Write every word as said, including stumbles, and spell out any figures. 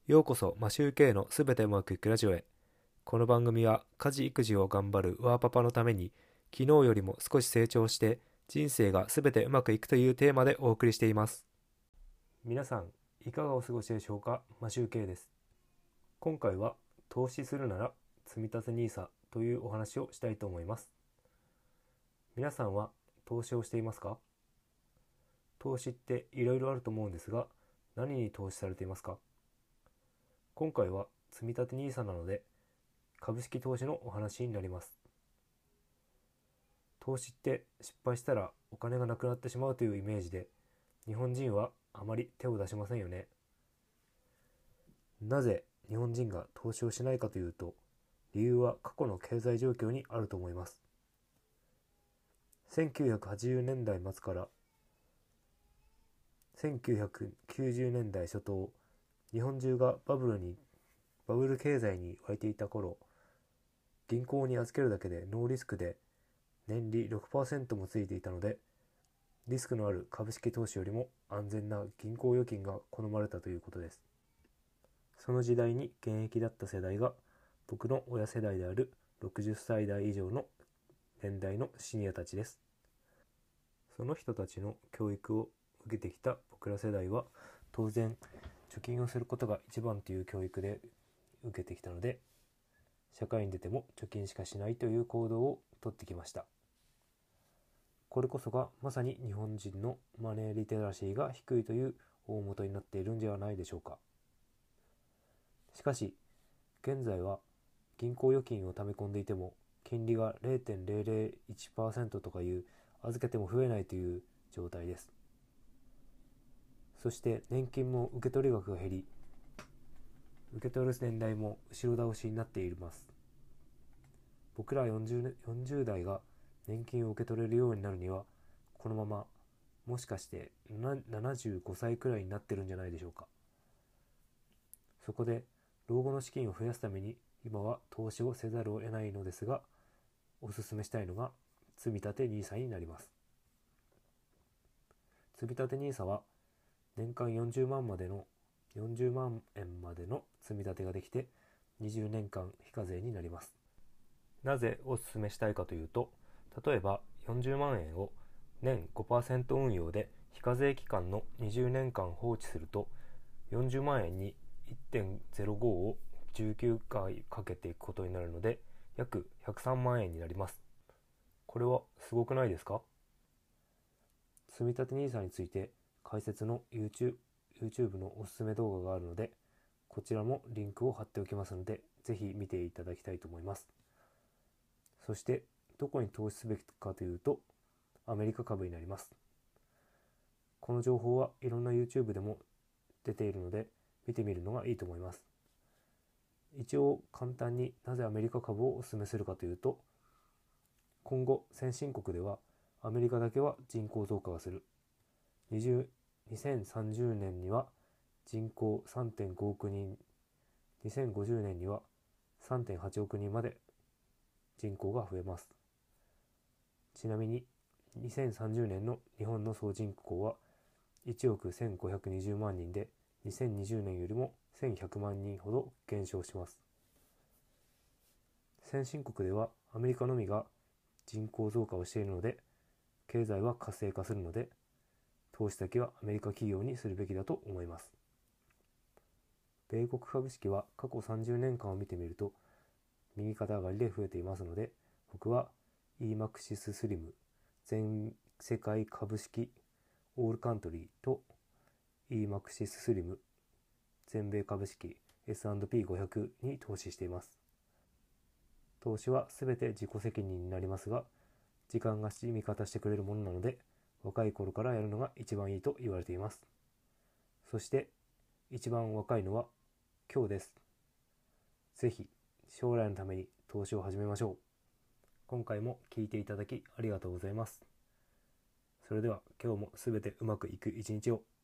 ようこそマシューケイのすべてうまくいくラジオへ。この番組は家事育児を頑張るワーパパのために、昨日よりも少し成長して人生がすべてうまくいくというテーマでお送りしています。皆さんいかがお過ごしでしょうか。マシューケイです。今回は投資するなら積立 ニーサ というお話をしたいと思います。皆さんは投資をしていますか？投資っていろいろあると思うんですが、何に投資されていますか？今回は積立 ニーサ なので株式投資のお話になります。投資って失敗したらお金がなくなってしまうというイメージで、日本人はあまり手を出しませんよね。なぜ日本人が投資をしないかというと、理由は過去の経済状況にあると思います。せんきゅうひゃくはちじゅうねんだい末からせんきゅうひゃくきゅうじゅうねんだい初頭、日本中がバブルにバブル経済に沸いていた頃、銀行に預けるだけでノーリスクで年利 ろくパーセント もついていたので、リスクのある株式投資よりも安全な銀行預金が好まれたということです。その時代に現役だった世代が僕の親世代であるろくじゅっさい代以上の年代のシニアたちです。その人たちの教育を受けてきた僕ら世代は、当然貯金をすることが一番という教育で受けてきたので、社会に出ても貯金しかしないという行動をとってきました。これこそがまさに日本人のマネーリテラシーが低いという大元になっているんではないでしょうか。しかし現在は銀行預金を貯め込んでいても金利が ゼロてんゼロゼロいちパーセント とかいう預けても増えないという状態です。そして年金も受け取り額が減り、受け取る年代も後ろ倒しになっています。僕ら よんじゅう, よんじゅう代が年金を受け取れるようになるには、このままもしかしてななじゅうごさいくらいになってるんじゃないでしょうか。そこで老後の資金を増やすために今は投資をせざるを得ないのですが、おすすめしたいのが積立 ニーサ になります。積立 ニーサ は年間よんじゅうまんまでのよんじゅうまんえんまでの積み立てができて、にじゅうねんかん非課税になります。なぜお勧めしたいかというと、例えばよんじゅうまんえんを年 ごパーセント 運用で非課税期間のにじゅうねんかん放置すると、よんじゅうまんえんに いってんゼロご をじゅうきゅうかいかけていくことになるので、約ひゃくさんまんえんになります。これはすごくないですか？積立 ニーサ について解説の YouTube, YouTube のおすすめ動画があるので、こちらもリンクを貼っておきますので、ぜひ見ていただきたいと思います。そしてどこに投資すべきかというと、アメリカ株になります。この情報はいろんな YouTube でも出ているので、見てみるのがいいと思います。一応簡単になぜアメリカ株をお勧めするかというと、今後先進国ではアメリカだけは人口増加がする。にせんさんじゅうねんには人口 さんてんごおくにん、にせんごじゅうねんには さんてんはちおくにんまで人口が増えます。ちなみににせんさんじゅうねんの日本の総人口はいちおくせんごひゃくにじゅうまんにんで、にせんにじゅうねんよりもせんひゃくまんにんほど減少します。先進国ではアメリカのみが人口増加をしているので、経済は活性化するので、投資先はアメリカ企業にするべきだと思います。米国株式は過去さんじゅうねんかんを見てみると右肩上がりで増えていますので、僕は イーマックス スリム全世界株式オールカントリーと イーマックス スリム全米株式 エスアンドピーごひゃく に投資しています。投資はすべて自己責任になりますが、時間が味方してくれるものなので、若い頃からやるのが一番いいと言われています。そして一番若いのは今日です。ぜひ将来のために投資を始めましょう。今回も聞いていただきありがとうございます。それでは今日もすべてうまくいく一日を。